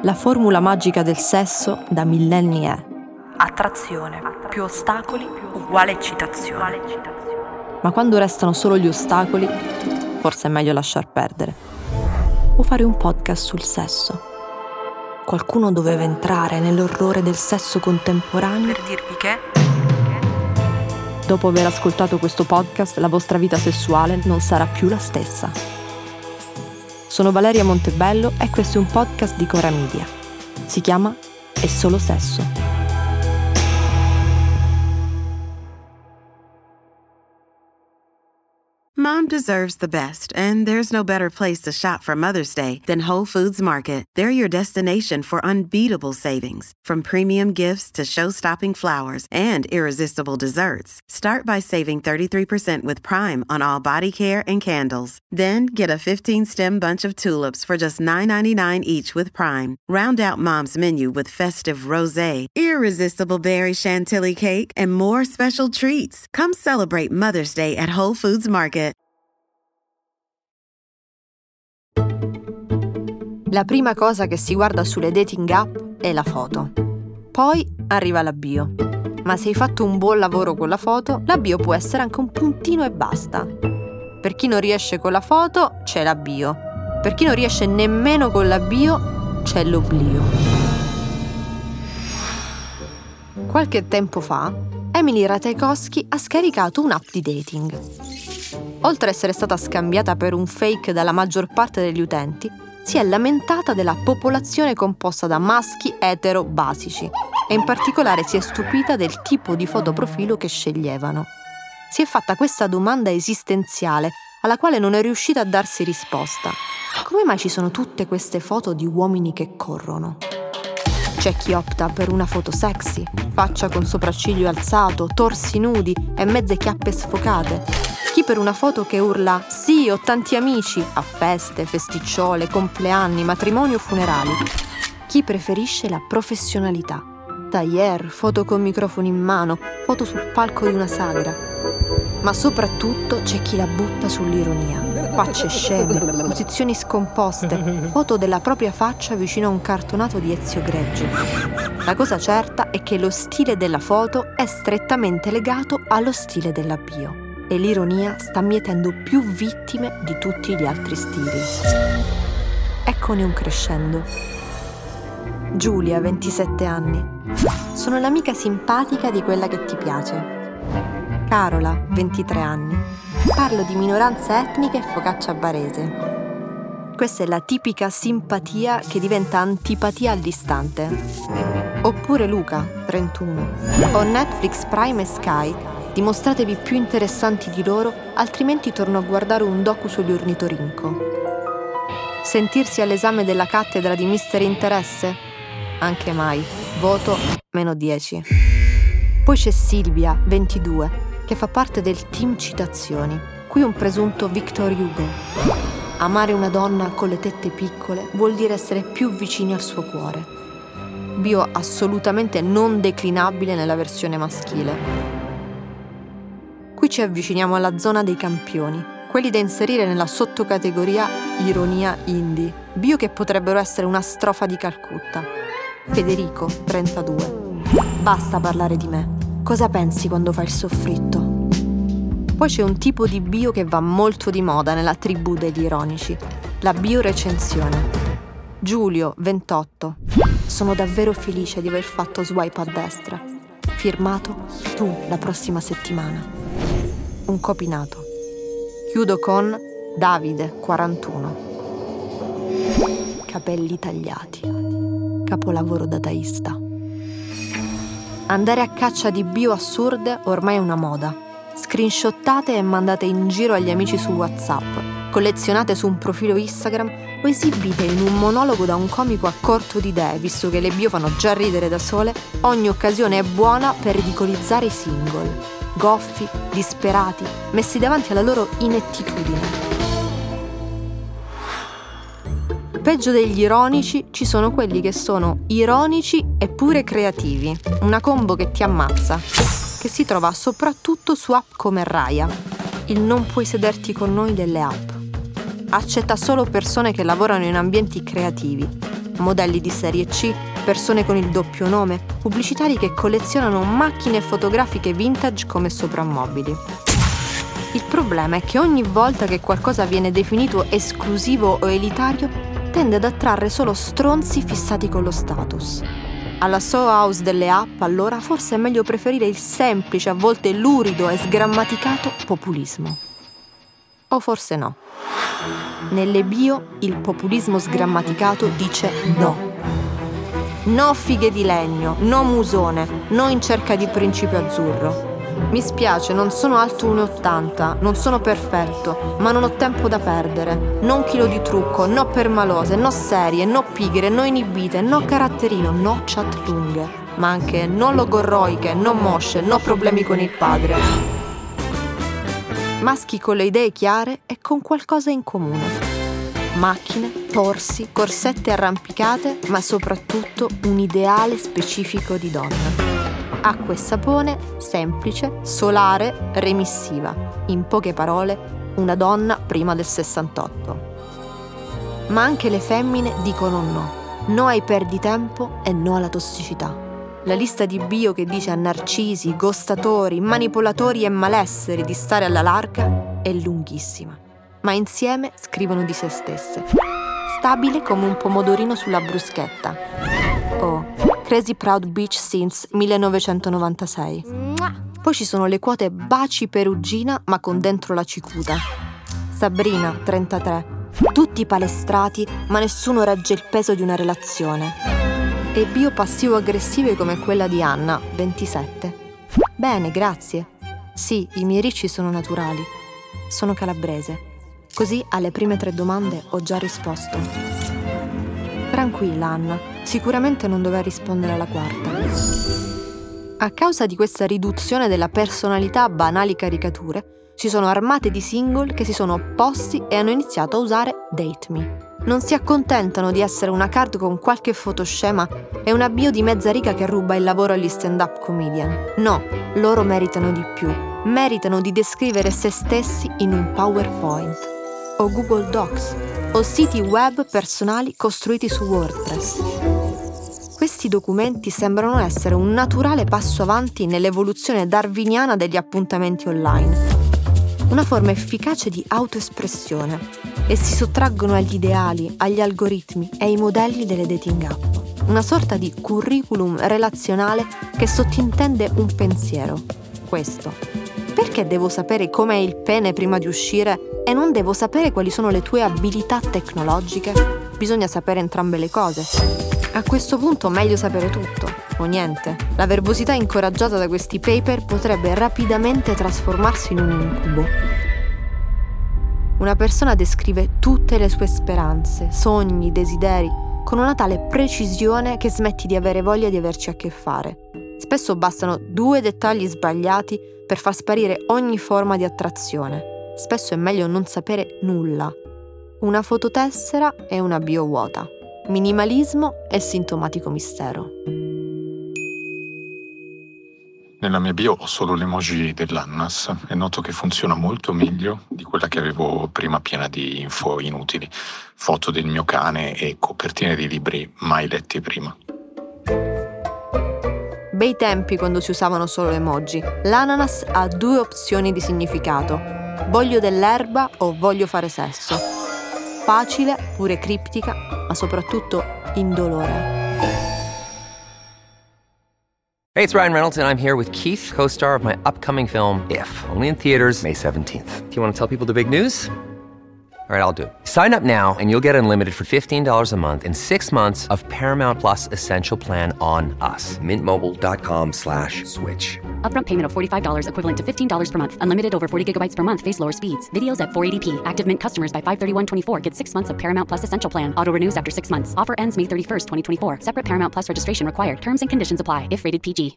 La formula magica del sesso da millenni è: attrazione più ostacoli uguale eccitazione. Ma quando restano solo gli ostacoli, forse è meglio lasciar perdere. O fare un podcast sul sesso. Qualcuno doveva entrare nell'orrore del sesso contemporaneo per dirvi che, dopo aver ascoltato questo podcast, la vostra vita sessuale non sarà più la stessa. Sono Valeria Montebello e questo è un podcast di Cora Media. Si chiama È solo sesso. Mom deserves the best, and there's no better place to shop for Mother's Day than Whole Foods Market. They're your destination for unbeatable savings, from premium gifts to show-stopping flowers and irresistible desserts. Start by saving 33% with Prime on all body care and candles. Then get a 15-stem bunch of tulips for just $9.99 each with Prime. Round out Mom's menu with festive rosé, irresistible berry chantilly cake, and more special treats. Come celebrate Mother's Day at Whole Foods Market. La prima cosa che si guarda sulle dating app è la foto. Poi arriva la bio. Ma se hai fatto un buon lavoro con la foto, la bio può essere anche un puntino e basta. Per chi non riesce con la foto, c'è la bio. Per chi non riesce nemmeno con la bio, c'è l'oblio. Qualche tempo fa, Emily Ratajkowski ha scaricato un'app di dating. Oltre ad essere stata scambiata per un fake dalla maggior parte degli utenti, si è lamentata della popolazione composta da maschi etero basici e in particolare si è stupita del tipo di fotoprofilo che sceglievano. Si è fatta questa domanda esistenziale alla quale non è riuscita a darsi risposta. Come mai ci sono tutte queste foto di uomini che corrono? C'è chi opta per una foto sexy, faccia con sopracciglio alzato, torsi nudi e mezze chiappe sfocate. Chi per una foto che urla «Sì, ho tanti amici» a feste, festicciole, compleanni, matrimoni o funerali. Chi preferisce la professionalità. Tailleur, foto con microfono in mano, foto sul palco di una sagra. Ma soprattutto c'è chi la butta sull'ironia. Facce sceme, posizioni scomposte, foto della propria faccia vicino a un cartonato di Ezio Greggio. La cosa certa è che lo stile della foto è strettamente legato allo stile della bio. E l'ironia sta mietendo più vittime di tutti gli altri stili. Eccone un crescendo. Giulia, 27 anni. Sono l'amica simpatica di quella che ti piace. Carola, 23 anni. Parlo di minoranze etniche e focaccia barese. Questa è la tipica simpatia che diventa antipatia all'istante. Oppure Luca, 31. Ho Netflix, Prime e Sky. Dimostratevi più interessanti di loro, altrimenti torno a guardare un docu sugli ornitorinco. Sentirsi all'esame della cattedra di Mister Interesse? Anche mai. Voto -10. Poi c'è Silvia, 22, che fa parte del team citazioni. Qui un presunto Victor Hugo. Amare una donna con le tette piccole vuol dire essere più vicini al suo cuore. Bio assolutamente non declinabile nella versione maschile. Qui ci avviciniamo alla zona dei campioni, quelli da inserire nella sottocategoria ironia indie, bio che potrebbero essere una strofa di Calcutta. Federico, 32. Basta parlare di me. Cosa pensi quando fai il soffritto? Poi c'è un tipo di bio che va molto di moda nella tribù degli ironici, la bio-recensione. Giulio, 28. Sono davvero felice di aver fatto swipe a destra. Firmato tu la prossima settimana. Un copinato. Chiudo con Davide, 41. Capelli tagliati. Capolavoro dadaista. Andare a caccia di bio assurde ormai è una moda. Screenshottate e mandate in giro agli amici su WhatsApp, collezionate su un profilo Instagram o esibite in un monologo da un comico a corto di idee, visto che le bio fanno già ridere da sole, ogni occasione è buona per ridicolizzare i single. Goffi, disperati, messi davanti alla loro inettitudine. Peggio degli ironici ci sono quelli che sono ironici e pure creativi, una combo che ti ammazza, che si trova soprattutto su app come Raya, il non puoi sederti con noi delle app. Accetta solo persone che lavorano in ambienti creativi. modelli di serie C, persone con il doppio nome, pubblicitari che collezionano macchine fotografiche vintage come soprammobili. Il problema è che ogni volta che qualcosa viene definito esclusivo o elitario, tende ad attrarre solo stronzi fissati con lo status. Alla Soho House delle app, allora, forse è meglio preferire il semplice, a volte lurido e sgrammaticato populismo. O forse no. Nelle bio il populismo sgrammaticato dice no. No fighe di legno, no musone, no in cerca di principe azzurro. Mi spiace, non sono alto 1,80, non sono perfetto, ma non ho tempo da perdere. No un chilo di trucco, no permalose, no serie, no pigre, no inibite, no caratterino, no chat lunghe. Ma anche no logorroiche, no mosce, no problemi con il padre. Maschi con le idee chiare e con qualcosa in comune. Macchine, torsi, corsette arrampicate, ma soprattutto un ideale specifico di donna. Acqua e sapone, semplice, solare, remissiva. In poche parole, una donna prima del 68. Ma anche le femmine dicono no. No ai perditempo e no alla tossicità. La lista di bio che dice a narcisi, gostatori, manipolatori e malesseri di stare alla larga è lunghissima. Ma insieme scrivono di se stesse. Stabile come un pomodorino sulla bruschetta. Crazy Proud Bitch since 1996. Poi ci sono le quote baci perugina ma con dentro la cicuta. Sabrina, 33. Tutti palestrati ma nessuno regge il peso di una relazione. E bio passivo-aggressive come quella di Anna, 27. Bene, grazie. Sì, i miei ricci sono naturali. Sono calabrese. Così alle prime 3 domande ho già risposto. Tranquilla, Anna, sicuramente non dovrà rispondere alla quarta. A causa di questa riduzione della personalità a banali caricature, si sono armate di single che si sono opposti e hanno iniziato a usare Date Me. Non si accontentano di essere una card con qualche fotoscema e una bio di mezza riga che ruba il lavoro agli stand-up comedian. No, loro meritano di più. Meritano di descrivere se stessi in un PowerPoint o Google Docs o siti web personali costruiti su WordPress. Questi documenti sembrano essere un naturale passo avanti nell'evoluzione darwiniana degli appuntamenti online, una forma efficace di autoespressione, e si sottraggono agli ideali, agli algoritmi e ai modelli delle dating app. Una sorta di curriculum relazionale che sottintende un pensiero. Questo. Perché devo sapere com'è il pene prima di uscire e non devo sapere quali sono le tue abilità tecnologiche? Bisogna sapere entrambe le cose. A questo punto meglio sapere tutto, o niente. La verbosità incoraggiata da questi paper potrebbe rapidamente trasformarsi in un incubo. Una persona descrive tutte le sue speranze, sogni, desideri, con una tale precisione che smetti di avere voglia di averci a che fare. Spesso bastano 2 dettagli sbagliati per far sparire ogni forma di attrazione. Spesso è meglio non sapere nulla. Una fototessera e una bio vuota. Minimalismo e sintomatico mistero. Nella mia bio ho solo l'emoji dell'ananas e noto che funziona molto meglio di quella che avevo prima, piena di info inutili, foto del mio cane e copertine di libri mai letti prima. Bei tempi quando si usavano solo emoji. L'ananas ha 2 opzioni di significato: voglio dell'erba o voglio fare sesso. Facile, pure criptica, ma soprattutto indolore. Hey, it's Ryan Reynolds, and I'm here with Keith, co-star of my upcoming film, If, only in theaters May 17th. Do you want to tell people the big news? All right, I'll do it. Sign up now and you'll get unlimited for $15 a month and 6 months of Paramount Plus Essential Plan on us. MintMobile.com/switch. Upfront payment of $45 equivalent to $15 per month. Unlimited over 40 gigabytes per month. Face lower speeds. Videos at 480p. Active Mint customers by 531.24 get 6 months of Paramount Plus Essential Plan. Auto renews after 6 months. Offer ends May 31st, 2024. Separate Paramount Plus registration required. Terms and conditions apply if rated PG.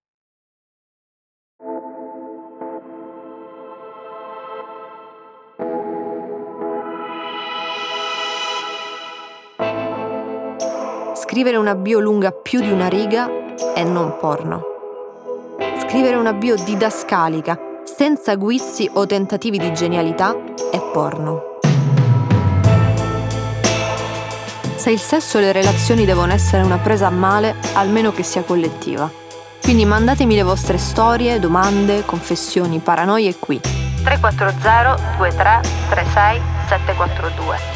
Scrivere una bio lunga più di una riga è non porno. Scrivere una bio didascalica, senza guizzi o tentativi di genialità, è porno. Se il sesso e le relazioni devono essere una presa a male, almeno che sia collettiva. Quindi mandatemi le vostre storie, domande, confessioni, paranoie qui. 340 23 36 742.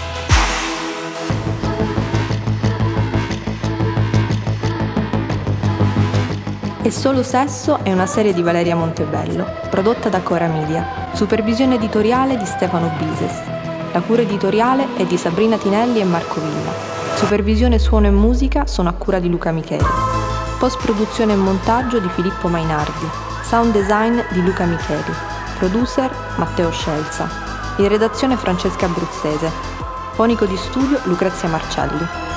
E Solo Sesso è una serie di Valeria Montebello, prodotta da Cora Media, supervisione editoriale di Stefano Bises. La cura editoriale è di Sabrina Tinelli e Marco Villa. Supervisione suono e musica sono a cura di Luca Micheli. Post-produzione e montaggio di Filippo Mainardi. Sound design di Luca Micheli. Producer Matteo Scelza. In redazione Francesca Abruzzese. Fonico di studio Lucrezia Marcelli.